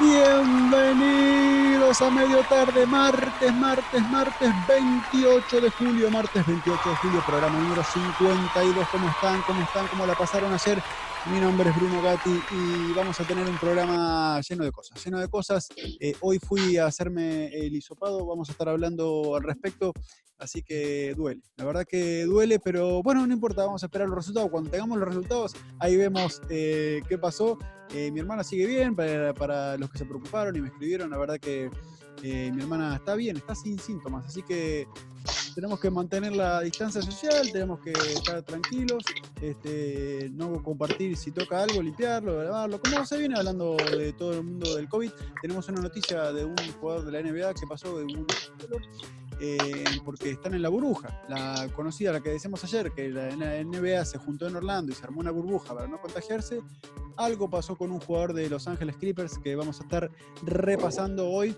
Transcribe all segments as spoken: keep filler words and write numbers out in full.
Bienvenidos a Medio Tarde, martes, martes, martes veintiocho de julio, martes veintiocho de julio, programa número cincuenta y dos. ¿Cómo están? ¿Cómo están? ¿Cómo la pasaron ayer? Mi nombre es Bruno Gatti y vamos a tener un programa lleno de cosas, lleno de cosas. Eh, hoy fui a hacerme el hisopado, vamos a estar hablando al respecto, así que duele. La verdad que duele, pero bueno, no importa, vamos a esperar los resultados. Cuando tengamos los resultados, ahí vemos eh, qué pasó. Eh, mi hermana sigue bien, para, para los que se preocuparon y me escribieron, la verdad que eh, mi hermana está bien, está sin síntomas, así que tenemos que mantener la distancia social, tenemos que estar tranquilos, este, no compartir, si toca algo, limpiarlo, lavarlo, como se viene hablando de todo el mundo del COVID. Tenemos una noticia de un jugador de la N B A que pasó de un... Eh, porque están en la burbuja, la conocida, la que decíamos ayer, que la N B A se juntó en Orlando y se armó una burbuja para no contagiarse. Algo pasó con un jugador de Los Ángeles Clippers que vamos a estar repasando hoy.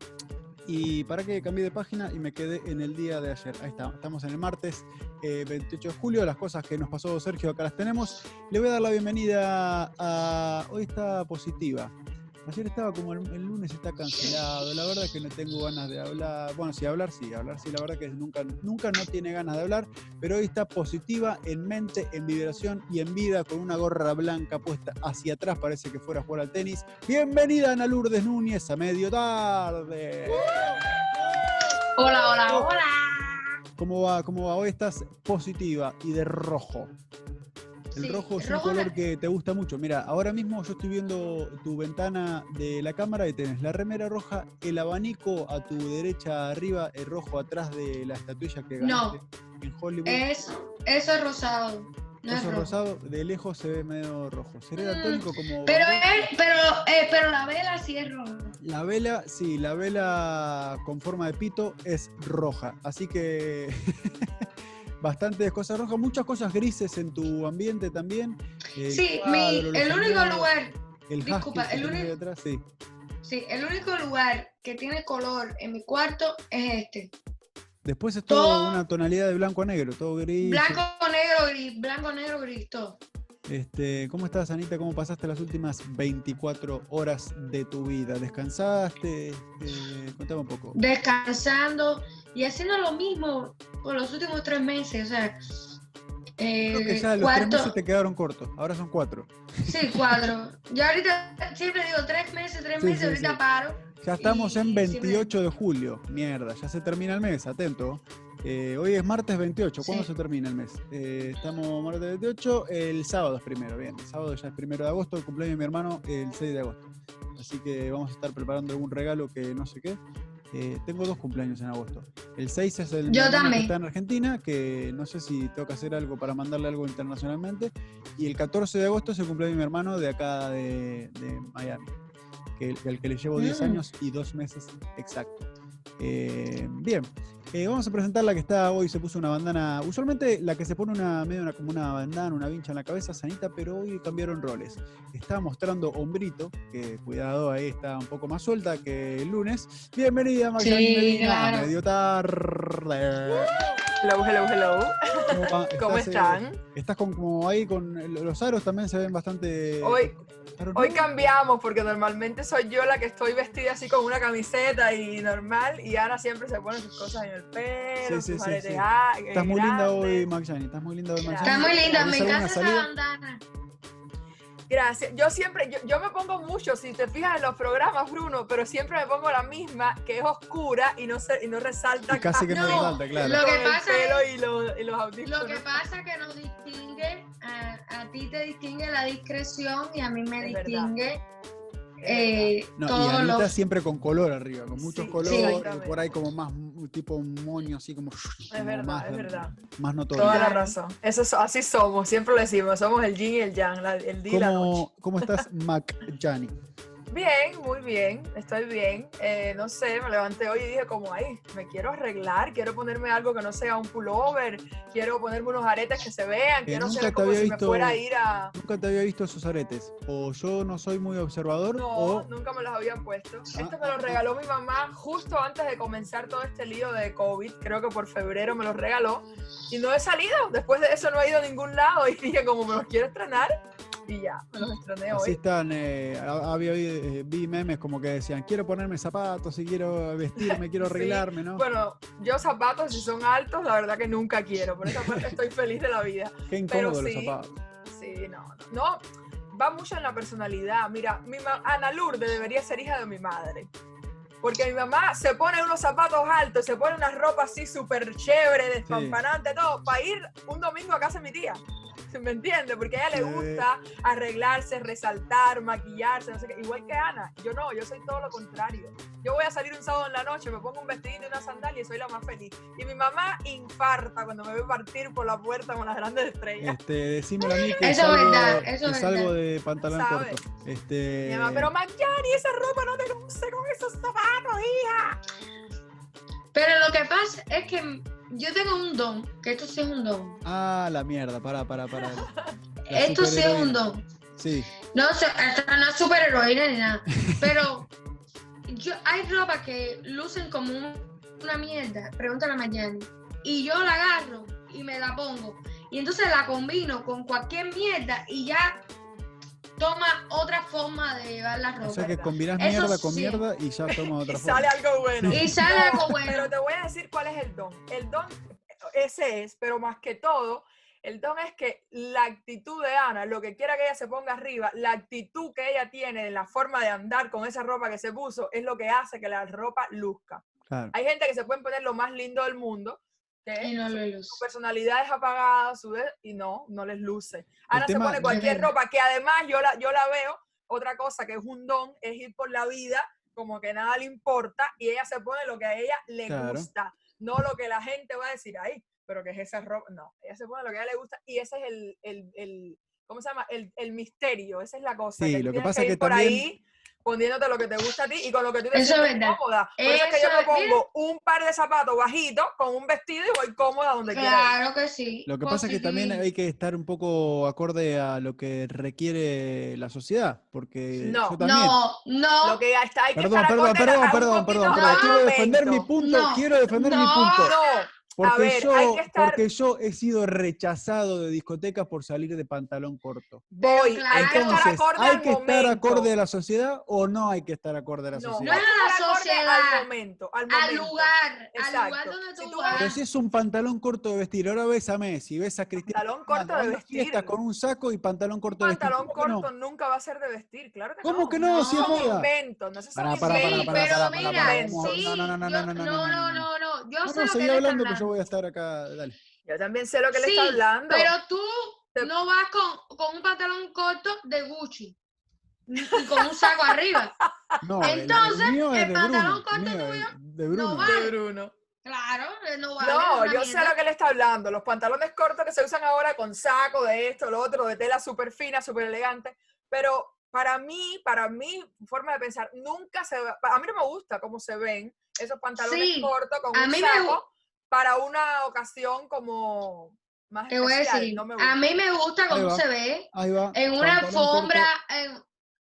Y para que cambié de página y me quedé en el día de ayer. Ahí está, estamos en el martes eh, veintiocho de julio. Las cosas que nos pasó Sergio acá las tenemos. Le voy a dar la bienvenida a... Hoy está positiva. Ayer estaba como el, el lunes está cancelado, la verdad que no tengo ganas de hablar. Bueno, sí, hablar sí, hablar sí, la verdad que nunca, nunca no tiene ganas de hablar, pero hoy está positiva en mente, en vibración y en vida, con una gorra blanca puesta hacia atrás, parece que fuera a jugar al tenis. Bienvenida Ana Lourdes Núñez a Medio Tarde. Hola, hola, hola. ¿Cómo va? ¿Cómo va? Hoy estás positiva y de rojo. El sí, rojo es un color me... que te gusta mucho. Mira, ahora mismo yo estoy viendo tu ventana de la cámara y tenés la remera roja, el abanico a tu derecha arriba, el rojo atrás de la estatuilla que ganaste no, en Hollywood. Es, eso es rosado. No eso es es rosado, de lejos se ve medio rojo. ¿Sería daltónico como...? Pero, es, pero, eh, pero la vela sí es roja. La vela, sí, la vela con forma de pito es roja. Así que... bastantes cosas rojas, muchas cosas grises en tu ambiente también. Eh, sí, mi, el único lugar, el disculpa, el único, detrás, sí. sí, el único lugar que tiene color en mi cuarto es este. Después es todo, todo una tonalidad de blanco a negro, todo gris. Blanco, negro, gris, blanco, negro, gris, todo. Este, ¿cómo estás, Anita? ¿Cómo pasaste las últimas veinticuatro horas de tu vida? ¿Descansaste? Eh, contame un poco. Descansando y haciendo lo mismo por los últimos tres meses, o sea... Eh, Creo que ya los cuarto... tres meses te quedaron cortos, ahora son cuatro. Sí, cuatro. Yo ahorita siempre digo tres meses, tres sí, meses, sí, ahorita sí. paro. Ya estamos y, en veintiocho siempre... de julio, mierda, ya se termina el mes, atento. Eh, hoy es martes veintiocho, ¿cuándo sí. se termina el mes? Eh, estamos martes veintiocho, el sábado es primero, bien, el sábado ya es primero de agosto, el cumpleaños de mi hermano el seis de agosto. Así que vamos a estar preparando algún regalo que no sé qué. Eh, tengo dos cumpleaños en agosto. El seis es el Yo también. que está en Argentina, que no sé si tengo que hacer algo para mandarle algo internacionalmente. Y el catorce de agosto es el cumpleaños de mi hermano de acá de, de Miami, que, al que le llevo diez mm. años y dos meses exactos. Eh, bien, eh, vamos a presentar la que está hoy, se puso una bandana, usualmente la que se pone una medio una, como una bandana, una vincha en la cabeza, Sanita, pero hoy cambiaron roles. Está mostrando hombrito, que cuidado, ahí está un poco más suelta que el lunes. Bienvenida, Magdalena sí, Medina, claro. Medio Tarde. Hello, hello, hello. ¿Cómo, estás, ¿Cómo están? Eh, estás con, como ahí con los aros también se ven bastante... Hoy, hoy cambiamos porque normalmente soy yo la que estoy vestida así con una camiseta y normal y Ana siempre se pone sus cosas en el pelo, sí, sus sí, aretes. Sí, sí. Ah, estás muy linda hoy, Magdalena, estás muy linda hoy, Magdalena. Está muy linda, me encanta esa bandana. Gracias. Yo siempre, yo, yo me pongo mucho, si te fijas en los programas, Bruno, pero siempre me pongo la misma, que es oscura y no se, y no resalta. Y casi que no, no resalta, claro. Lo que pasa el pelo es, y los, y los audífonos. Lo que pasa que nos distingue, a, a ti te distingue la discreción y a mí me es distingue eh, no, todo y Anita lo... siempre con color arriba, con muchos sí, colores, sí, por ahí como más tipo moño, así como... Es como verdad, más, es verdad. Más notorio. Toda la razón. Eso, así somos, siempre lo decimos, somos el yin y el yang, la, el día y la noche. ¿Cómo estás, Magdalena? Bien, muy bien, estoy bien. Eh, no sé, me levanté hoy y dije como, ay, me quiero arreglar, quiero ponerme algo que no sea un pullover, quiero ponerme unos aretes que se vean, eh, quiero ser como si visto, me fuera a ir a... Nunca te había visto esos aretes, o yo no soy muy observador, no, o... nunca me los habían puesto. Ah, este me lo regaló mi mamá justo antes de comenzar todo este lío de COVID, creo que por febrero me los regaló, y no he salido, después de eso no he ido a ningún lado, y dije como, me los quiero estrenar. y ya, me los estrené Así hoy. están, eh, había eh, vi memes como que decían, quiero ponerme zapatos y quiero vestirme, quiero arreglarme, Sí. ¿no? Bueno, yo zapatos si son altos, la verdad que nunca quiero, por esa parte estoy feliz de la vida. Qué incómodo Pero los sí, zapatos. Sí, no, no, va mucho en la personalidad. Mira, mi ma- Ana Lourdes debería ser hija de mi madre. Porque mi mamá se pone unos zapatos altos, se pone una ropa así súper chévere, despampanante, todo, para ir un domingo a casa de mi tía. ¿Me entiendes? Porque a ella le gusta arreglarse, resaltar, maquillarse, no sé qué. Igual que Ana. Yo no, yo soy todo lo contrario. Yo voy a salir un sábado en la noche, me pongo un vestidito y una sandalia y soy la más feliz. Y mi mamá infarta cuando me ve partir por la puerta con las grandes estrellas. Este, decímelo a mí que Eso salgo, es verdad, eso que es salgo verdad. de pantalón ¿Sabe? corto. Este... Mi mamá, pero Magyari, esa ropa no te luce con esos zapatos, hija. Pero lo que pasa es que yo tengo un don, que esto sí es un don. Ah, la mierda, pará, pará, pará. La Esto sí es un superheroína. don. Sí. No, sé, esto no es superheroína ni nada. Pero yo, hay ropa que lucen como un- una mierda. Pregúntale a Mayani. Y yo la agarro y me la pongo. Y entonces la combino con cualquier mierda y ya toma otra forma de llevar la ropa. O sea que combinás Eso mierda con sí. mierda y ya toma otra Y forma. sale algo bueno. Y sale algo bueno. Pero te voy a decir cuál es el don. El don, ese es, pero más que todo, el don es que la actitud de Ana, lo que quiera que ella se ponga arriba, la actitud que ella tiene, la forma de andar con esa ropa que se puso, es lo que hace que la ropa luzca. Claro. Hay gente que se pueden poner lo más lindo del mundo, que Y no su, lo su luce. personalidad es apagada, su de- y no, no les luce. Ana tema- se pone cualquier Sí. ropa que además yo la, yo la veo, otra cosa que es un don, es ir por la vida como que nada le importa y ella se pone lo que a ella le Claro. gusta, no lo que la gente va a decir ahí, pero que es esa ropa, no, ella se pone lo que a ella le gusta y ese es el, el, el ¿cómo se llama? El, el misterio, esa es la cosa. Sí, que tú lo que tienes pasa ir que por también- ahí poniéndote lo que te gusta a ti y con lo que tú te Eso es sientes verdad. cómoda. Por eso, es que yo Eso me es- pongo un par de zapatos bajitos con un vestido y voy cómoda donde quiera ir. Claro que sí. Lo que pasa es que también Positivismo. hay que estar un poco acorde a lo que requiere la sociedad, porque No. yo también. No, no. Lo que está, hay que Perdón, estar perdón, acorde a- perdón, a un perdón, poquito perdón, al perdón. Quiero momento. defender mi punto, No, quiero defender mi no. punto. No, Porque, a ver, yo, hay que estar... porque yo he sido rechazado de discotecas por salir de pantalón corto. Voy, Pero hay que claro. estar Entonces, acorde ¿hay al que estar momento. acorde a la sociedad o no hay que estar acorde a la No, sociedad? hay No que es a la estar acorde sociedad, al momento, al Al momento. lugar, Exacto. al lugar donde Si tú tú vas. Pero si es un pantalón corto de vestir, ahora ves a Messi, ves a Cristiano Pantalón corto Ronaldo, de van a fiestas vestir. con un saco y pantalón Un corto de vestir. pantalón ¿Cómo que no? corto nunca va a ser de vestir, claro que ¿Cómo no. que no? Si es Son moda. inventos, no, esos son Pará, pará, pará, inventos. Sí, pará, pero pará, pará, mira, pará, vamos. sí, No, no, no, no, yo- no, no, no, no, no, no. no, yo No, sé no, lo que seguí él está hablando que yo hablando. voy a estar acá. Dale. Yo también sé lo que le Sí, está hablando. pero tú Te- no vas con, con un pantalón corto de Gucci y con un saco arriba. No, el- Entonces, el, mío es el de pantalón Bruno. corto el mío tuyo es de Bruno. no vale. De Bruno. Claro, eh, no vale. No, una yo sé mierda. lo que le está hablando. Los pantalones cortos que se usan ahora con saco de esto, lo otro, de tela súper fina, súper elegante. Pero para mí, para mi forma de pensar, nunca se va. A mí no me gusta cómo se ven esos pantalones Sí, cortos con a un mí me saco gu- para una ocasión como más Te voy a especial. decir, No me a gusta. mí me gusta Ahí cómo va. se ve Ahí va. en una pantalón corto. alfombra. en-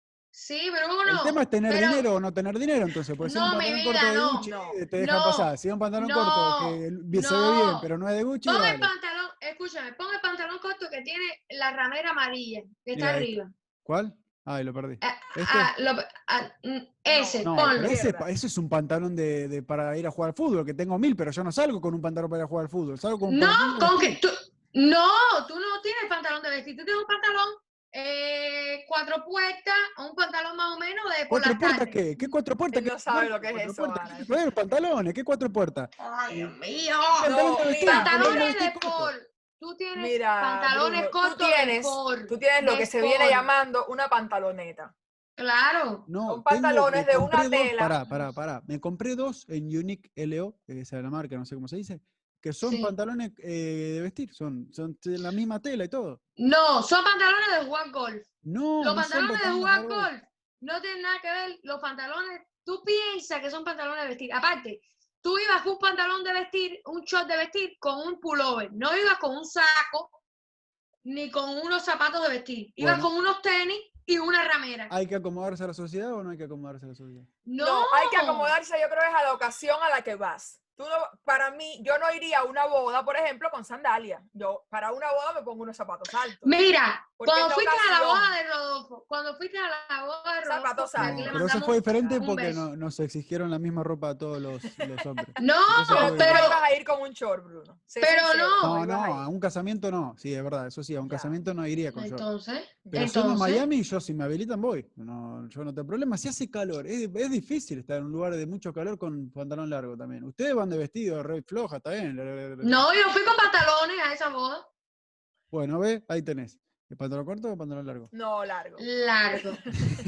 Sí, pero no. El tema es tener pero- dinero o no tener dinero, entonces. Puede ser un No, mi pantalón vida, corto de no. Gucci, No. te deja No. pasar. Si es un pantalón No. corto que el- se ve bien, No. pero no es de Gucci, Pon el dale. pantalón, escúchame, pon el pantalón corto que tiene la ramera amarilla, que está Mira este. arriba. ¿Cuál? Ay, lo perdí. Ah, ¿Este? ah, lo- ah, mm, ese, No, ponlo. pero ese, Izquierda. ese es un pantalón de, de- para ir a jugar al fútbol, que tengo mil, pero yo no salgo con un pantalón para ir a jugar al fútbol. Salgo con un No, pantalón de con que vestir. tú, no, tú no tienes pantalón de vestir, tú tienes un pantalón eh, cuatro puertas, o un pantalón más o menos de por ¿Cuatro la puertas tarde. qué? ¿Qué cuatro puertas? Él ¿Qué no sabe cuatro lo que es cuatro eso, puertas? Ana. ¿Qué joder, pantalones? ¿Qué cuatro puertas? Ay, Dios mío. Pantalón No, de vestir, mira, pantalón de Pantalones vestir de corto. por. Tú tienes Mira, pantalones Bruno, tú cortos de tienes, por. tú tienes lo de que se viene sport. llamando una pantaloneta. Claro. No, Son pantalones tengo, me de una compré dos, tela. Pará, pará, pará. Me compré dos en Unique L O, que esa es la marca, no sé cómo se dice, que son Sí. pantalones eh, de vestir, son, son de la misma tela y todo. No, son pantalones de jugar golf. No, Los no son pantalones de jugar de golf. golf no tienen nada que ver. Los pantalones, tú piensas que son pantalones de vestir. Aparte, tú ibas con un pantalón de vestir, un short de vestir, con un pullover. No ibas con un saco ni con unos zapatos de vestir. Ibas Bueno. con unos tenis y una ramera. ¿Hay que acomodarse a la sociedad o no hay que acomodarse a la sociedad? No, No, hay que acomodarse, yo creo, es a la ocasión a la que vas. Tú no, para mí, yo no iría a una boda, por ejemplo, con sandalias. Yo, para una boda me pongo unos zapatos altos. Mira, Cuando fuiste ocasión? a la boda de Rodolfo, cuando fuiste a la boda de Rodolfo, no, pero eso fue diferente porque no, nos exigieron la misma ropa a todos los, los hombres. No, pero tú pero no ibas a ir con un short, Bruno. Sé pero sincero, no. No, no, a, a un casamiento no. Sí, es verdad, eso sí, a un ya. casamiento no iría con entonces, short. Pero entonces, siendo Miami, yo si me habilitan voy. No, yo no tengo problema. Si hace calor, es, es difícil estar en un lugar de mucho calor con pantalón largo también. Ustedes van de vestido, re floja, está bien. No, yo fui con pantalones a esa boda. Bueno, ve, ahí tenés. ¿El pantalón corto o pantalón largo? No, largo. Largo.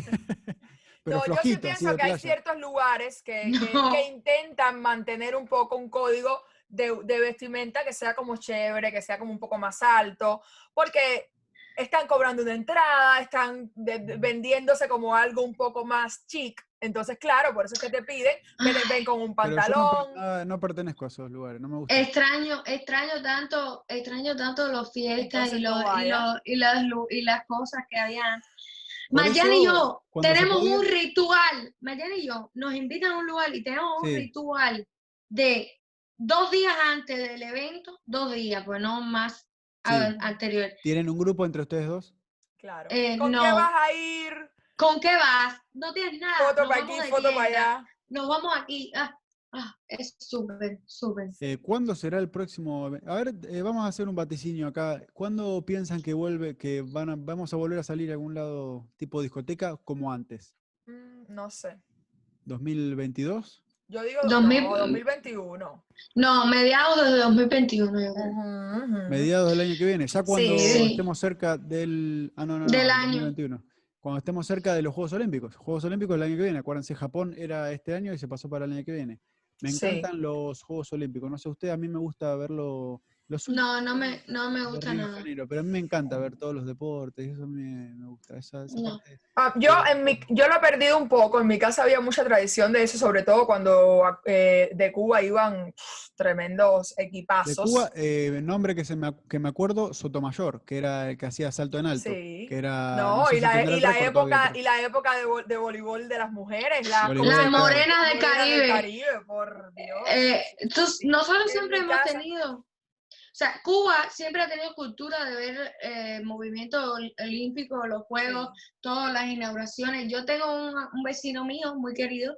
Pero no, flojito, yo sí pienso que playa. hay ciertos lugares que, no. que, que intentan mantener un poco un código de, de vestimenta que sea como chévere, que sea como un poco más alto, porque están cobrando una entrada, están de, de, vendiéndose como algo un poco más chic. Entonces, claro, por eso es que te piden, ven, ven con un pantalón. Pero yo no, no pertenezco a esos lugares, no me gusta. Extraño, extraño tanto, extraño tanto los fiestas y, los, no y, los, y, las, y las cosas que habían. Mayana y yo tenemos un ritual, Mayana y yo nos invitan a un lugar y tenemos un sí. ritual de dos días antes del evento, dos días, pues no más sí. anterior. ¿Tienen un grupo entre ustedes dos? Claro. Eh, ¿Con no. qué vas a ir? ¿Con qué vas? No tienes nada. Foto para aquí, foto para allá. Nos vamos aquí. Ah, ah, es súper, súper. Eh, ¿Cuándo será el próximo? A ver, eh, vamos a hacer un vaticinio acá. ¿Cuándo piensan que vuelve, que van a, vamos a volver a salir a algún lado tipo discoteca como antes? Mm, no sé. ¿dos mil veintidós? Yo digo dos mil... no, dos mil veintiuno. No, mediados de dos mil veintiuno. Yo creo. Uh-huh, uh-huh. Mediados del año que viene. Ya cuando sí. estemos cerca del... Ah, no, no, no. Del no, año. dos mil veintiuno. Cuando estemos cerca de los Juegos Olímpicos. Juegos Olímpicos el año que viene. Acuérdense, Japón era este año y se pasó para el año que viene. Me encantan sí. los Juegos Olímpicos. No sé, usted, a mí me gusta verlo. Los no, no me, no me gusta nada. Janeiro, pero a mí me encanta ver todos los deportes. Eso me, me gusta. Esa, esa no. parte. Ah, yo, en mi, yo lo he perdido un poco. En mi casa había mucha tradición de eso, sobre todo cuando eh, de Cuba iban pff, tremendos equipazos. De Cuba, eh, nombre que, se me, que me acuerdo, Sotomayor, que era el que hacía salto en alto. Sí. Que era, no, no sé y, si la, y, la récord, época, y la época de, vo, de voleibol de las mujeres. La, las morenas del Caribe. Del Caribe, por Dios. Eh, entonces, nosotros siempre hemos casa. tenido... O sea, Cuba siempre ha tenido cultura de ver eh, movimiento olímpico, los juegos, sí. todas las inauguraciones. Yo tengo un, un vecino mío muy querido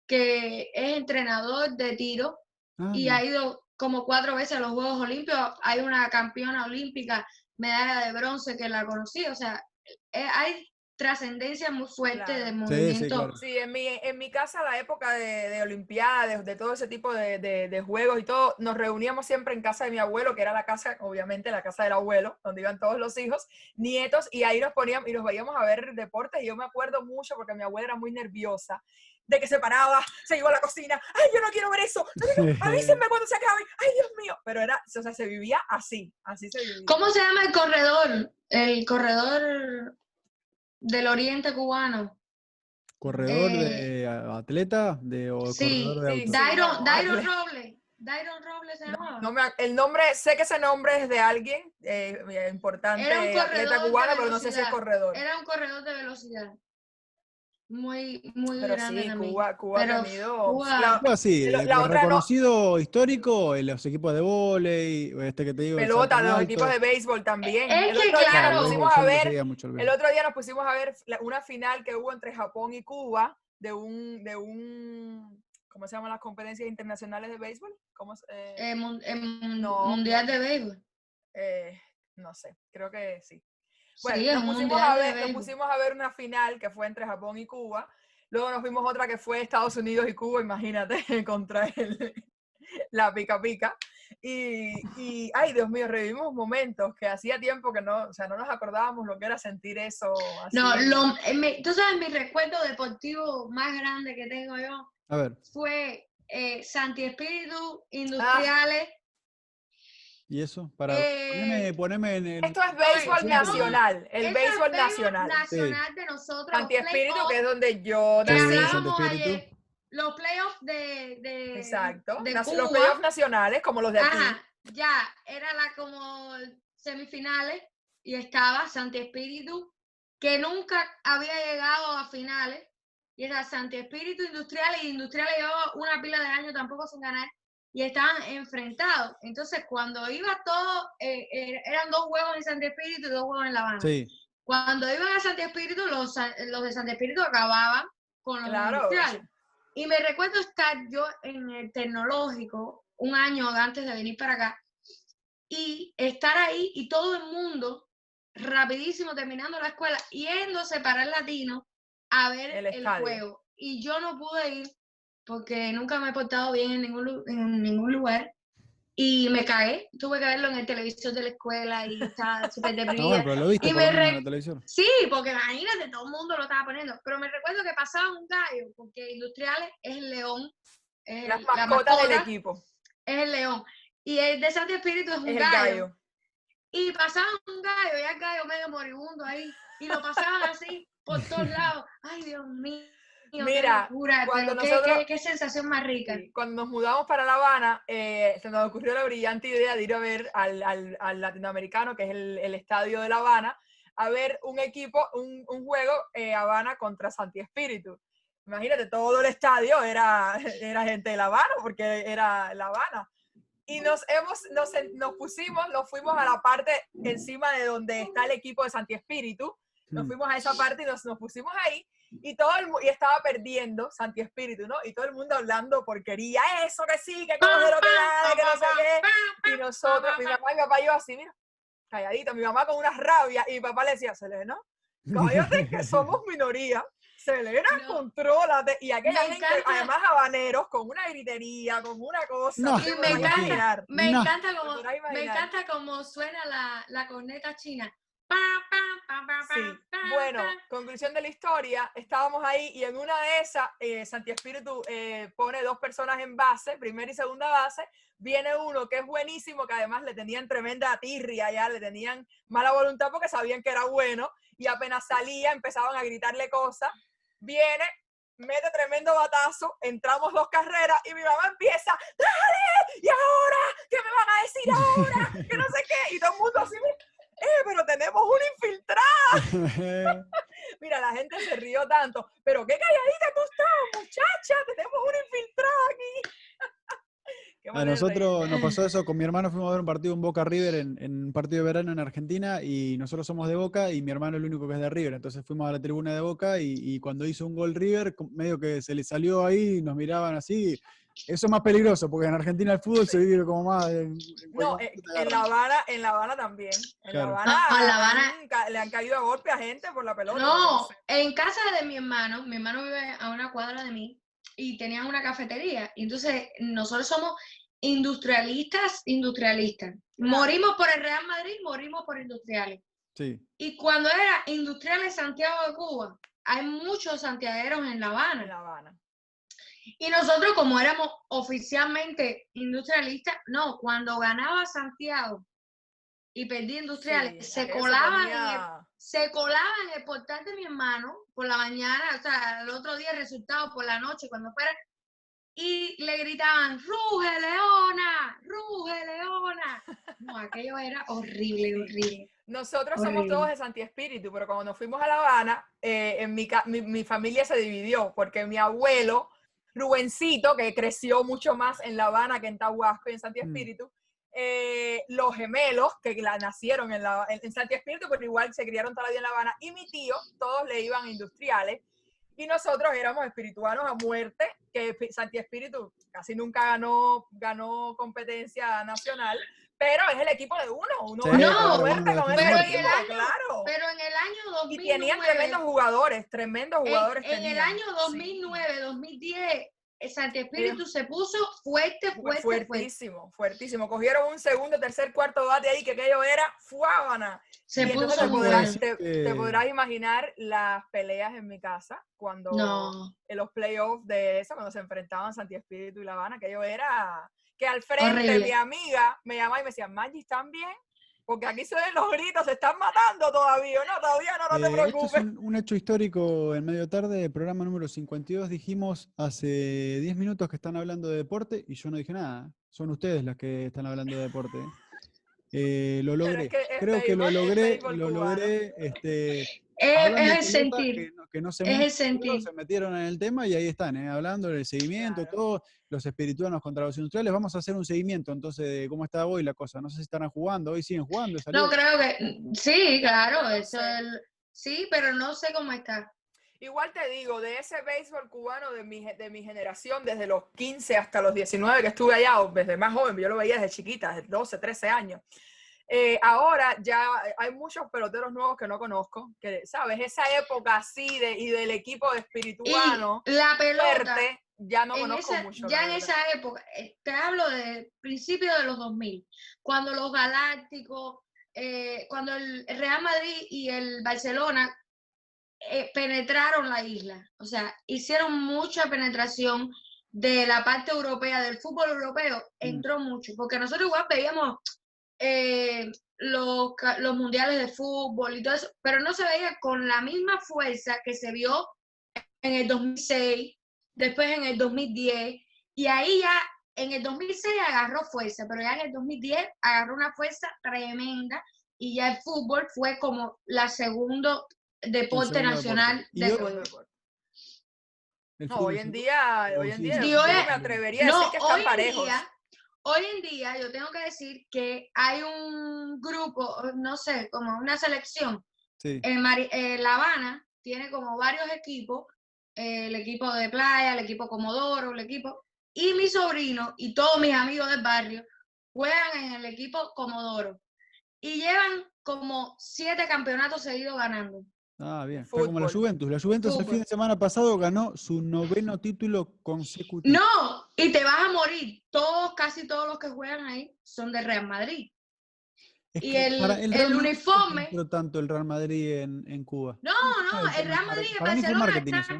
que es entrenador de tiro ah, y no. ha ido como cuatro veces a los Juegos Olímpicos. Hay una campeona olímpica, medalla de bronce que la conocí. O sea, eh, hay trascendencia muy fuerte claro. del movimiento. Sí, sí, claro. sí, en mi, en mi casa, la época de, de Olimpiadas, de, de todo ese tipo de, de, de juegos y todo, nos reuníamos siempre en casa de mi abuelo, que era la casa, obviamente, la casa del abuelo, donde iban todos los hijos, nietos, y ahí nos poníamos y nos veíamos a ver deportes, y yo me acuerdo mucho, porque mi abuela era muy nerviosa, de que se paraba, se iba a la cocina, ¡ay, yo no quiero ver eso! No, no, avísenme cuando se acabe, ¡ay, Dios mío! Pero era, o sea, se vivía así, así se vivía. ¿Cómo se llama el corredor? El corredor... del oriente cubano. ¿Corredor eh, de atleta? De, o sí, corredor de sí, auto? Dairon, no, Dairon Robles. Dairon Robles se llamaba. No, no me, el nombre, sé que ese nombre es de alguien eh, importante, era un atleta cubano, pero no sé si es corredor. Era un corredor de velocidad. Muy, muy pero grande sí, también. Cuba, Cuba pero ha tenido... Cuba, la, Cuba sí, la, la otra reconocido no, histórico, los equipos de vóley, este que te digo... Pelota, los equipos de béisbol también. Es el que otro claro, día nos pusimos a ver, el, el otro día nos pusimos a ver una final que hubo entre Japón y Cuba de un... De un ¿cómo se llaman las competencias internacionales de béisbol? ¿Cómo, eh? Eh, mun, eh, no, mundial de béisbol. Eh, no sé, creo que sí. Bueno, sí, nos, pusimos a ver, nos pusimos a ver una final que fue entre Japón y Cuba. Luego nos vimos otra que fue Estados Unidos y Cuba, imagínate, contra el, la pica pica. Y, y, ay, Dios mío, revivimos momentos que hacía tiempo que no, o sea, no nos acordábamos lo que era sentir eso. Así. No, lo, me, tú sabes, mi recuerdo deportivo más grande que tengo yo a ver. fue eh, Santi Espíritu, Industriales. Ah. ¿Y eso? Para eh, poneme, poneme en el... Esto es béisbol no, nacional, el béisbol es nacional. nacional sí. de nosotros. Santi Espíritu, que es donde yo nací. Ayer, los playoffs de, de Exacto, de Nac Cuba. Los playoffs nacionales, como los de aquí. Ajá, ya, era la como semifinales y estaba Santi Espíritu, que nunca había llegado a finales, y era Santi Espíritu, Industriales, y Industriales llevaba una pila de años tampoco sin ganar. y estaban enfrentados. Entonces, cuando iba todo, eh, eh, eran dos juegos en Santi Espíritu y dos juegos en La Habana. Sí. Cuando iban a Santi Espíritu, los, los de Santi Espíritu acababan con los Claro. industriales. Y me recuerdo estar yo en el Tecnológico un año antes de venir para acá y estar ahí y todo el mundo rapidísimo terminando la escuela yéndose para el Latino a ver El el, estadio. juego. Y yo no pude ir porque nunca me he portado bien en ningún, lu- en ningún lugar. Y me cagué, tuve que verlo en el televisor de la escuela y estaba súper No, deprimida. bueno, pero lo viste Y por me lo menos en re- la televisión. Sí, porque imagínate, todo el mundo lo estaba poniendo. Pero me recuerdo que pasaba un gallo, porque Industriales es el león, es Las el- la mascotas del mascota equipo. es el león. Y el de Santi Espíritu es un Es el gallo. gallo. Y pasaba un gallo, ya el gallo medio moribundo ahí. Y lo pasaban así por todos lados. Ay, Dios mío. Mira, qué locura, cuando pero qué, nosotros- qué, qué sensación más rica. Sí, cuando nos mudamos para La Habana, eh, se nos ocurrió la brillante idea de ir a ver al, al, al latinoamericano, que es el, el estadio de La Habana, a ver un equipo, un, un juego eh, Habana contra Santi Espíritu. Imagínate, todo el estadio era, era gente de La Habana, porque era La Habana. Y nos, hemos, nos, nos pusimos, nos fuimos a la parte encima de donde está el equipo de Santi Espíritu. Nos Hmm. fuimos a esa parte y nos, nos pusimos ahí. Y todo el mu- y estaba perdiendo Santi Espíritu, ¿no? Y todo el mundo hablando porquería, eso que sí, que coge lo que da, que no sé qué. Y nosotros, mi mamá y mi papá, yo así, mira, calladito, mi mamá con una rabia, y mi papá le decía, Selena, cállate que somos minoría. Selena, No. contrólate. Y aquella Me gente, encanta. además habaneros, con una gritería, con una cosa. No. te Y me podrás encanta, imaginar. me No. encanta Te como, podrás me imaginar. encanta como suena la, la corneta china. Pa, pa, pa, pa, pa, Sí, pa, bueno, pa. conclusión de la historia, estábamos ahí y en una de esas, eh, Santi Espíritu eh, pone dos personas en base, primera y segunda base, viene uno que es buenísimo, que además le tenían tremenda tirria, ya le tenían mala voluntad porque sabían que era bueno, y apenas salía empezaban a gritarle cosas, viene, mete tremendo batazo, entramos dos carreras y mi mamá empieza, ¡dale! ¿Y ahora? ¿Qué me van a decir ahora? Que no sé qué, y todo el mundo así, ¡eh, pero tenemos un infiltrado! Mira, la gente se rió tanto, pero qué calladita tú estás, muchacha, tenemos un infiltrado aquí. Qué A manera de nosotros reír. nos pasó eso, con mi hermano fuimos a ver un partido en Boca River, en, en un partido de verano en Argentina, y nosotros somos de Boca y mi hermano es el único que es de River, entonces fuimos a la tribuna de Boca y, y cuando hizo un gol River, com- medio que se le salió ahí, nos miraban así. Eso es más peligroso, porque en Argentina el fútbol se vive como más... En, en No, cualquier eh, momento te en La agarran. Habana, en La Habana también. En Claro. La Habana, No, en La Habana- han ca- le han caído a golpe a gente por la pelota. No, porque en casa de mi hermano, mi hermano vive a una cuadra de mí y tenían una cafetería. Y entonces nosotros somos industrialistas, industrialistas. Claro. Morimos por el Real Madrid, morimos por industriales. Sí, Y cuando era Industriales Santiago de Cuba, hay muchos santiagueros en La En Habana. La Habana. Y nosotros, como éramos oficialmente industrialistas, no, cuando ganaba Santiago y perdía Industriales, Sí, se aquello se colaban en el ponía- se colaba en el portal de mi hermano por la mañana, o sea, el otro día el resultado por la noche, cuando fuera, y le gritaban, ¡ruge, leona! ¡Ruge, leona! No, aquello era horrible, Sí. horrible. Nosotros somos Horrible. todos de Santi Espíritu, pero cuando nos fuimos a La Habana, eh, en mi, ca- mi, mi familia se dividió, porque mi abuelo, Rubencito, que creció mucho más en La Habana que en Tahuasco y en Santi Mm. Espíritu, eh, los gemelos, que la, nacieron en, la, en, en Santi Espíritu, pero igual se criaron toda la vida en La Habana, y mi tío, todos le iban a industriales, y nosotros éramos espirituanos a muerte, que Pi- Santi Espíritu casi nunca ganó, ganó competencia nacional, pero es el equipo de uno, uno Sí, va No, a claro, muerte uno lo con defiende ese a pero en equipo, el año- claro. Pero en el año dos mil nueve, Y tenían tremendos jugadores, tremendos en, jugadores en el tenían. año dos mil nueve, dos mil diez, el Santi Espíritu se puso fuerte, Fue fuerte, fuerte. fuertísimo, fuertísimo. Cogieron un segundo, tercer, cuarto bate ahí, que aquello era fuábana. Se Y entonces puso te muy puede podrás, ser bueno. te, que- te podrás imaginar las peleas en mi casa cuando No, en los playoffs de eso, cuando se enfrentaban Santi Espíritu y La Habana, aquello era que al frente Horrible. mi amiga me llamaba y me decía, Maggi, ¿están bien? Porque aquí se ven los gritos, se están matando todavía. No, todavía no, no te Eh, esto es preocupes. un, un hecho histórico en medio tarde, programa número cincuenta y dos. Dijimos hace diez minutos que están hablando de deporte y yo no dije nada. Son ustedes las que están hablando de deporte. ¿eh? Eh, lo logré. Es que, eh, Creo que lo logré, lo cubano. logré. Este, es, es el pelota, sentir. Que no, que no se, es mucho, el sentir. se metieron en el tema y ahí están, ¿eh? Hablando del seguimiento, Claro. todo, los espirituanos contra los industriales. Vamos a hacer un seguimiento entonces de cómo está hoy la cosa. No sé si estarán jugando, hoy siguen jugando. ¿Salió? No, creo que sí, claro, no eso sé. el, sí, pero no sé cómo está. Igual te digo, de ese béisbol cubano de mi, de mi generación, desde los quince hasta los diecinueve que estuve allá, o desde más joven, yo lo veía desde chiquita, desde doce, trece años. Eh, ahora ya hay muchos peloteros nuevos que no conozco, que, ¿sabes? Esa época así de, y del equipo espirituano y la pelota, fuerte, ya no en conozco esa, mucho. Ya en esa época, te hablo de principios de los dos mil, cuando los Galácticos, eh, cuando el Real Madrid y el Barcelona eh, penetraron la isla, o sea, hicieron mucha penetración de la parte europea, del fútbol europeo, entró mm. mucho, porque nosotros igual veíamos eh, los, los mundiales de fútbol y todo eso, pero no se veía con la misma fuerza que se vio en el dos mil seis, después en el dos mil diez, y ahí ya en el dos mil seis agarró fuerza, pero ya en el dos mil diez agarró una fuerza tremenda y ya el fútbol fue como la segundo deporte nacional deporte. de juego. No, hoy en día, hoy en día, yo me atrevería a no, decir que están hoy parejos. En día, hoy en día yo tengo que decir que hay un grupo, no sé, como una selección. Sí. En Mar eh, La Habana tiene como varios equipos, eh, el equipo de playa, el equipo Comodoro, el equipo, y mi sobrino y todos mis amigos del barrio juegan en el equipo Comodoro y llevan como siete campeonatos seguidos ganando. Ah, bien. Está como la Juventus. La Juventus Fútbol. El fin de semana pasado ganó su noveno título consecutivo. No, y te vas a morir. Todos, casi todos los que juegan ahí son de Real Madrid. Es y que el, para el, el uniforme. No tanto el Real Madrid en, en Cuba. No, no, el Real Madrid y el para Barcelona. Mí fue marketing está... eso.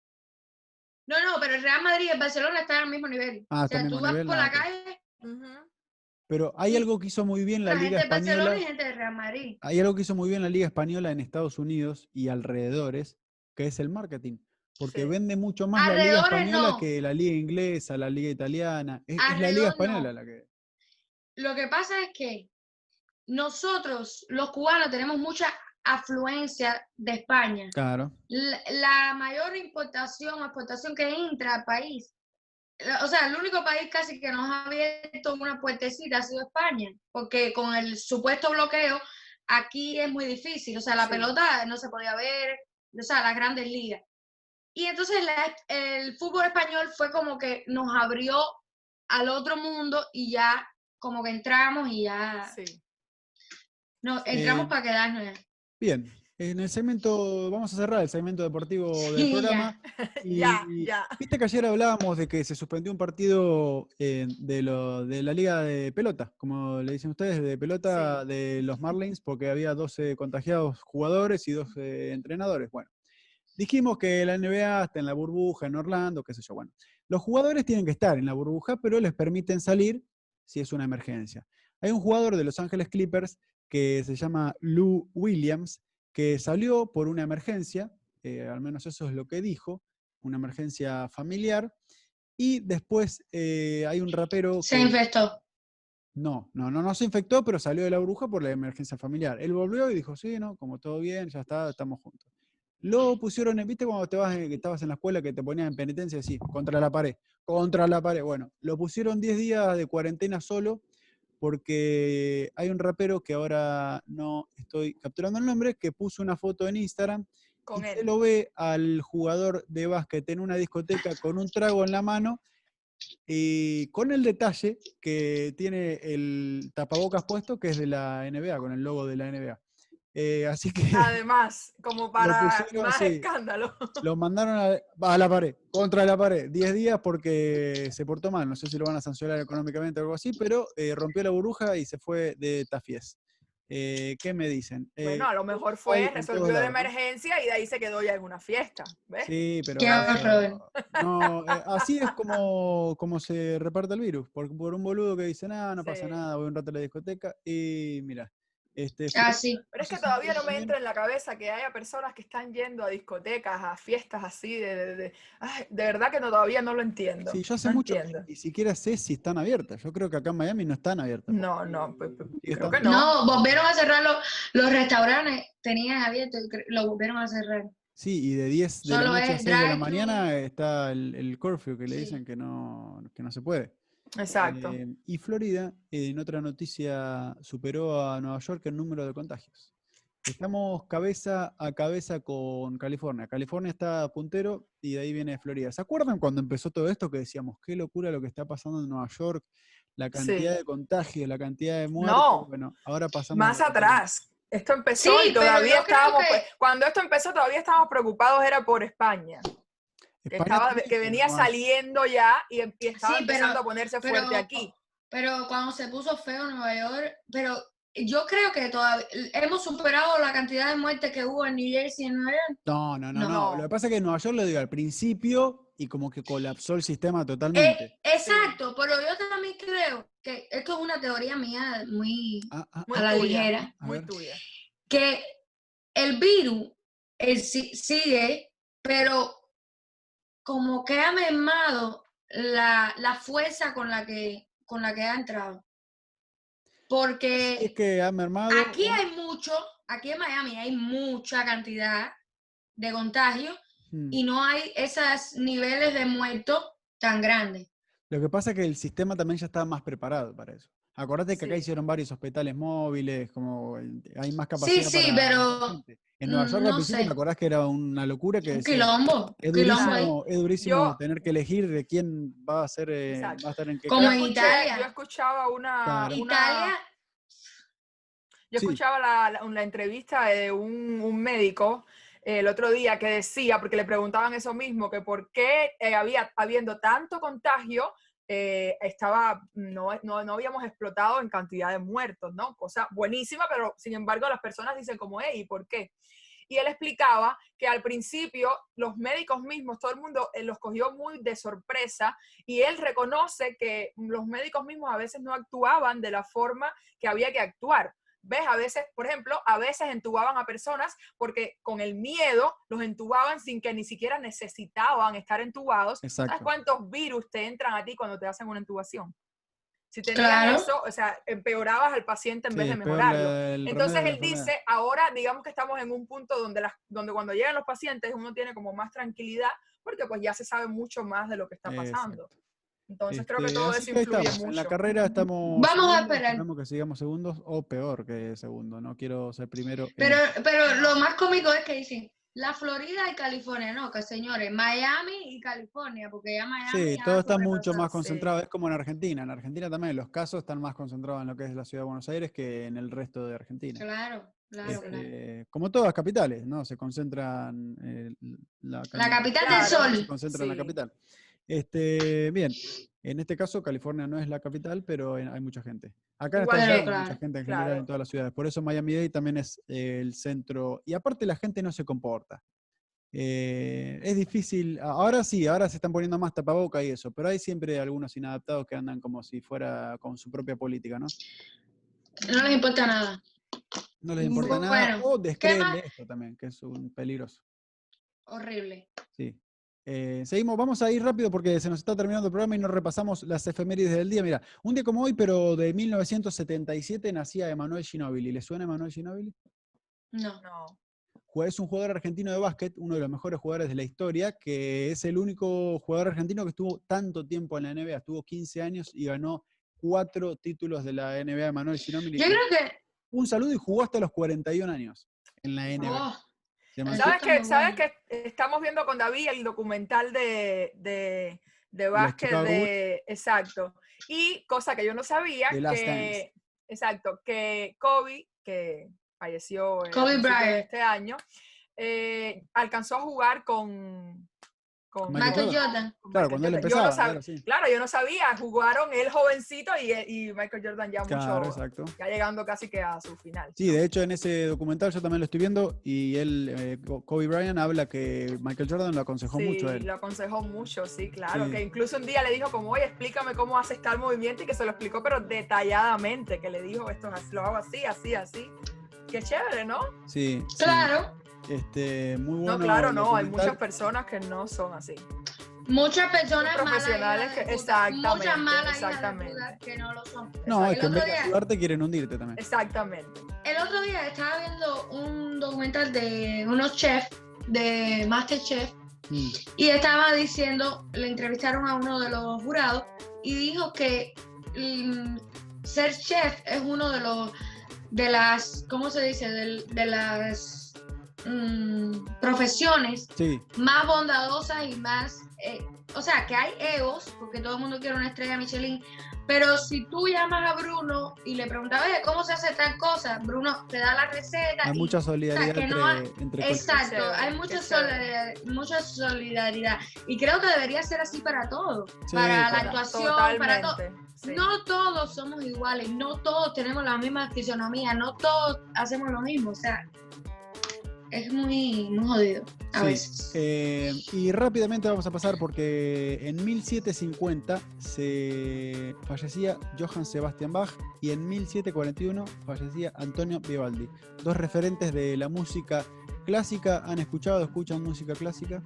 No, no, pero el Real Madrid y el Barcelona están al mismo nivel. Ah, o sea, tú vas nivel, por nada, la calle. Uh-huh. Pero hay algo que hizo muy bien la, la Liga gente Española. Barcelona y gente de Real Madrid. Hay algo que hizo muy bien la Liga Española en Estados Unidos y alrededores, que es el marketing. Porque sí. vende mucho más alrededores la Liga Española no. que la Liga Inglesa, la Liga Italiana. Es, es la Liga Española no. la que. Lo que pasa es que nosotros, los cubanos, tenemos mucha afluencia de España. Claro. La, la mayor importación o exportación que entra al país, o sea, el único país casi que nos ha abierto una puertecita ha sido España, porque con el supuesto bloqueo aquí es muy difícil, o sea, la sí. pelota no se podía ver, o sea, las grandes ligas. Y entonces la, el fútbol español fue como que nos abrió al otro mundo y ya como que entramos y ya... Sí. No, entramos eh, para quedarnos ya. Bien, en el segmento, vamos a cerrar el segmento deportivo del sí, programa. Ya. Y, ya, ya. Viste que ayer hablábamos de que se suspendió un partido eh, de, lo, de la liga de pelota, como le dicen ustedes, de pelota sí. de los Marlins, porque había doce contagiados jugadores y doce entrenadores. Bueno, dijimos que la N B A está en la burbuja, en Orlando, qué sé yo. Bueno, los jugadores tienen que estar en la burbuja, pero les permiten salir si es una emergencia. Hay un jugador de Los Ángeles Clippers que se llama Lou Williams, que salió por una emergencia, eh, al menos eso es lo que dijo, una emergencia familiar, y después eh, hay un rapero... Se que, infectó. No, no, no, no se infectó, pero salió de la burbuja por la emergencia familiar. Él volvió y dijo, sí, no, como todo bien, ya está, estamos juntos. Lo pusieron, ¿viste cuando te vas, que estabas en la escuela que te ponían en penitencia? Sí, contra la pared, contra la pared. Bueno, lo pusieron diez días de cuarentena solo, porque hay un rapero que ahora no estoy capturando el nombre, que puso una foto en Instagram con y él. se lo ve al jugador de básquet en una discoteca con un trago en la mano y con el detalle que tiene el tapabocas puesto, que es de la N B A, con el logo de la N B A. Eh, así que... Además, como para pusieron, más sí, escándalo. Lo mandaron a, a la pared, contra la pared, diez días porque se portó mal. No sé si lo van a sancionar económicamente o algo así, pero eh, rompió la burbuja y se fue de tafies. Eh, ¿Qué me dicen? Bueno, eh, a lo mejor fue, resolvió de emergencia y de ahí se quedó ya en una fiesta. ¿Ves? Sí, pero... ¿Qué eso, no, eh, así es como, como se reparte el virus. Por, por un boludo que dice, nada, no, no sí. pasa nada, voy un rato a la discoteca y mira. Este, Ah, sí. Pero es que todavía no me entra en la cabeza que haya personas que están yendo a discotecas, a fiestas así, de, de, de, ay, de verdad que no, todavía no lo entiendo. Sí, yo hace no mucho entiendo. que ni siquiera sé si están abiertas. Yo creo que acá en Miami no están abiertas. No, no, pues, pues, Sí, creo están- que no. No, volvieron a cerrar los, los restaurantes, tenían abierto y cre- lo volvieron a cerrar. Sí, y de diez de la Solo noche a es seis de la drive-thru. mañana está el, el curfew que le Sí. dicen que no, que no se puede. Exacto. Eh, y Florida, eh, en otra noticia, superó a Nueva York en número de contagios. Estamos cabeza a cabeza con California. California está puntero y de ahí viene Florida. ¿Se acuerdan cuando empezó todo esto que decíamos, qué locura lo que está pasando en Nueva York? La cantidad Sí. de contagios, la cantidad de muertes. No, Bueno, ahora pasamos más a la California. atrás. Esto empezó Sí, y pero todavía yo creo estábamos, que- pues, cuando esto empezó todavía estábamos preocupados, era por España. Que, España estaba, también, que venía Nueva- saliendo ya y, em- y estaba Sí, pero- empezando a ponerse pero- fuerte aquí. Pero cuando se puso feo en Nueva York, pero yo creo que todavía hemos superado la cantidad de muertes que hubo en New Jersey y en Nueva York. No, no, no, no, No. Lo que pasa es que en Nueva York lo digo al principio y como que colapsó el sistema Eh, totalmente. exacto, pero yo también creo que esto es una teoría mía muy Ah, ah, Muy a la tuya, ligera, A muy ver. tuya. que el virus eh, si- sigue, pero como que ha mermado la, la fuerza con la que con la que ha entrado. Porque es que ha mermado. aquí hay mucho, aquí en Miami hay mucha cantidad de contagios Hmm. y no hay esos niveles de muertos tan grandes. Lo que pasa es que el sistema también ya está más preparado para eso. Acordate que acá Sí. hicieron varios hospitales móviles, como el- hay más capacidad Sí, sí, para pero gente. En Nueva mm, York al no principio, sé. ¿te acordás que era una locura que Un decía, quilombo, es un quilombo ahí. durísimo, es durísimo Yo- tener que elegir de quién va a ser, eh, Exacto. va a estar en qué Como Yo casa? en escuché, Italia. yo escuchaba una, Claro. una- Italia, yo Sí. escuchaba la, la- una entrevista de un, un médico eh, el otro día que decía, porque le preguntaban eso mismo, que por qué eh, había, habiendo tanto contagio, eh, estaba, no, no, no habíamos explotado en cantidad de muertos, ¿no? Cosa buenísima, pero sin embargo las personas dicen como, hey, ¿y por qué? Y él explicaba que al principio los médicos mismos, todo el mundo eh, los cogió muy de sorpresa y él reconoce que los médicos mismos a veces no actuaban de la forma que había que actuar. ¿Ves? A veces, por ejemplo, a veces entubaban a personas porque con el miedo los entubaban sin que ni siquiera necesitaban estar entubados. Exacto. ¿Sabes cuántos virus te entran a ti cuando te hacen una intubación? Si tenías Claro. eso, o sea, empeorabas al paciente en Sí, vez de es peor mejorarlo. la- el Entonces remedio de la él enfermedad. dice, ahora digamos que estamos en un punto donde, las, donde cuando llegan los pacientes uno tiene como más tranquilidad porque pues ya se sabe mucho más de lo que está pasando. Exacto. Entonces creo que Este, todo así eso que ahí influye estamos. mucho. En la carrera estamos Vamos a segundos, esperar. esperamos que sigamos segundos o peor que segundo. No quiero ser primero. en Pero, esto. pero lo más cómico es que dicen la Florida y California, no, que señores, Miami y California, porque ya Miami Sí, ya todo está sobrepasó. mucho más Sí. concentrado. Es como en Argentina. En Argentina también los casos están más concentrados en lo que es la ciudad de Buenos Aires que en el resto de Argentina. Claro, claro, Este, claro. Como todas las capitales, ¿no? Se concentran. eh, la, La capital Claro, del sol. Se concentra en la sí. capital. Este, bien, en este caso California no es la capital, pero en- hay mucha gente. Acá en Igual Estados Pero Unidos que- hay claro. mucha gente en claro. general en todas las ciudades. Por eso Miami-Dade también es eh, el centro. Y aparte la gente no se comporta. Eh, es difícil. a- Ahora sí, ahora se están poniendo más tapaboca y eso, pero hay siempre algunos inadaptados que andan como si fuera con su propia política, ¿no? No les importa nada. No les importa nada. Bueno, O ¿qué descreen más? de esto también, que es un peligroso. Horrible. Sí. Eh, seguimos, vamos a ir rápido porque se nos está terminando el programa y no repasamos las efemérides del día. Mira, un día como hoy, pero de mil novecientos setenta y siete, nacía Emanuel Ginóbili. ¿Le suena Emanuel Ginóbili? No. No. Es un jugador argentino de básquet, uno de los mejores jugadores de la historia, que es el único jugador argentino que estuvo tanto tiempo en la N B A. Estuvo quince años y ganó cuatro títulos de la N B A, Emanuel Ginóbili. Yo creo que. Un saludo y jugó hasta los cuarenta y un años en la N B A. Oh, Se llama- Eso ¿Sabes está que, muy ¿Sabes bueno. que estamos viendo con David el documental de, de, de los básquet Chicago de... Exacto. Y cosa que yo no sabía, The Last que... Dance. Exacto, que Kobe, que falleció eh, a Kobe principios de Bryant. este año, eh, alcanzó a jugar con, con Michael Jordan. Jordan. Con claro, Michael cuando él empezaba. Yo no claro, sí. claro, yo no sabía. Jugaron él jovencito y, y Michael Jordan ya claro, mucho. Exacto. Ya llegando casi que a su final. Sí, de hecho en ese documental yo también lo estoy viendo y él, eh, Kobe Bryant, habla que Michael Jordan lo aconsejó sí, mucho a él. Sí, lo aconsejó mucho, sí, claro. Sí. Que incluso un día le dijo como, oye, explícame cómo haces tal movimiento y que se lo explicó, pero detalladamente, que le dijo, esto lo hago así, así, así. Qué chévere, ¿no? Sí. Claro. Sí. Este, muy bueno. No, claro, no, hay muchas personas que no son así. Muchas personas profesionales malas que, exactamente, muchas malas exactamente. que no lo son. No, es el que en vez de día, ayudarte quieren hundirte también. Exactamente. El otro día estaba viendo un documental de unos chefs, de MasterChef, mm. y estaba diciendo, le entrevistaron a uno de los jurados y dijo que mm, ser chef es uno de los, de las, ¿cómo se dice? De, de las mm, profesiones sí. más bondadosas y más, eh, o sea, que hay egos, porque todo el mundo quiere una estrella Michelin, pero si tú llamas a Bruno y le preguntas, oye, ¿cómo se hace tal cosa? Bruno te da la receta. Hay y, mucha solidaridad o sea, entre, no hay, entre exacto, hay mucha solidaridad, mucha solidaridad. Y creo que debería ser así para todo. Sí, para la actuación, totalmente. Para todo. Sí. No todos somos iguales, no todos tenemos la misma fisonomía, no todos hacemos lo mismo. O sea, es muy, muy jodido a sí. veces. Eh, y rápidamente vamos a pasar porque en mil setecientos cincuenta se fallecía Johann Sebastian Bach y en mil setecientos cuarenta y uno fallecía Antonio Vivaldi. Dos referentes de la música clásica. ¿Han escuchado, escuchan música clásica?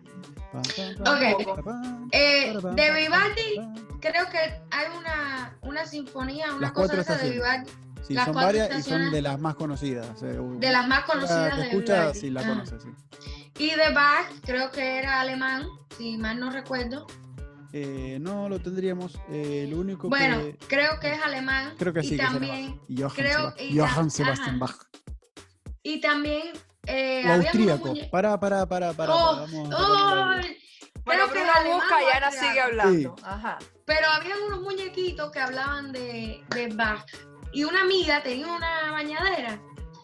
Ok. Eh, de Vivaldi creo que hay una, una sinfonía, una Las cosa esa de Vivaldi. Sí, las son varias y son de las más conocidas. De las más conocidas de escucha, Vivaldi. Sí, la ah. conoces, sí. Y de Bach, creo que era alemán, si mal no recuerdo. Eh, no lo tendríamos. Eh, lo único bueno, que... creo que es alemán. Creo que y sí. También, que y Johann, creo, Seb y Johann Sebastian Bach. Y también. Eh, austríaco. Para, para, para, para. Oh, vamos oh, bueno, pero una busca y Ana sigue hablando. Sí. Ajá. Pero había unos muñequitos que hablaban de, de Bach. Y una amiga tenía una bañadera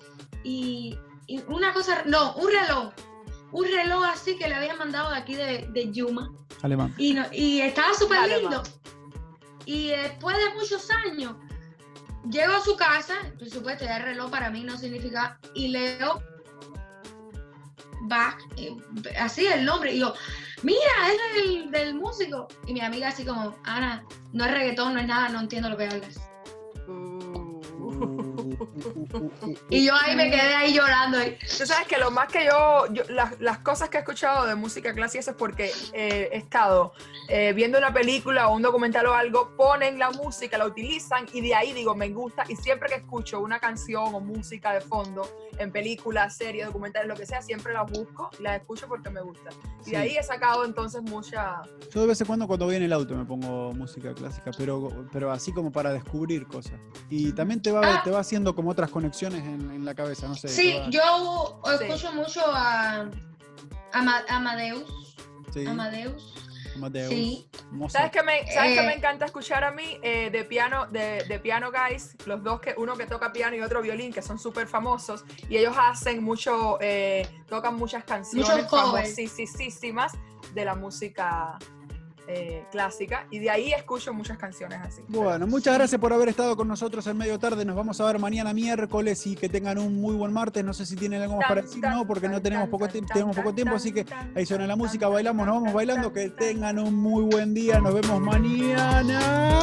y, y una cosa, no, un reloj, un reloj así que le habían mandado de aquí de, de Yuma. Alemán. Y, no, y estaba súper lindo. Y después de muchos años, llego a su casa, por supuesto, ya el reloj para mí no significa, y leo Bach, así el nombre, y yo, mira, es del, del músico. Y mi amiga así como, Ana, no es reggaetón, no es nada, no entiendo lo que hablas. Y yo ahí me quedé ahí llorando. Tú sabes que lo más que yo, yo las, las cosas que he escuchado de música clásica es porque eh, he estado eh, viendo una película o un documental o algo, ponen la música, la utilizan y de ahí digo, me gusta. Y siempre que escucho una canción o música de fondo en películas, series, documentales, lo que sea, siempre las busco y las escucho porque me gusta. Y sí. de ahí he sacado entonces mucha... Yo de vez en cuando cuando voy en el auto me pongo música clásica, pero, pero así como para descubrir cosas. Y también te va, ah. te va haciendo como otras conexiones en, en la cabeza, no sé. Sí, va... yo escucho sí. mucho a, a Amadeus. Sí. Amadeus. Amadeus. Sí. ¿Sabes qué me, ¿sabes eh, que me encanta escuchar a mí? Eh, de piano, de, de Piano Guys, los dos, que uno que toca piano y otro violín, que son súper famosos, y ellos hacen mucho, eh, tocan muchas canciones famosísimas de la música eh, clásica, y de ahí escucho muchas canciones así. Bueno, muchas gracias por haber estado con nosotros en Medio Tarde. Nos vamos a ver mañana miércoles y que tengan un muy buen martes. No sé si tienen algo más para decir, no, porque no tenemos poco tiempo, tenemos poco tiempo, así que ahí suena la música, bailamos, nos vamos bailando. Que tengan un muy buen día. Nos vemos mañana.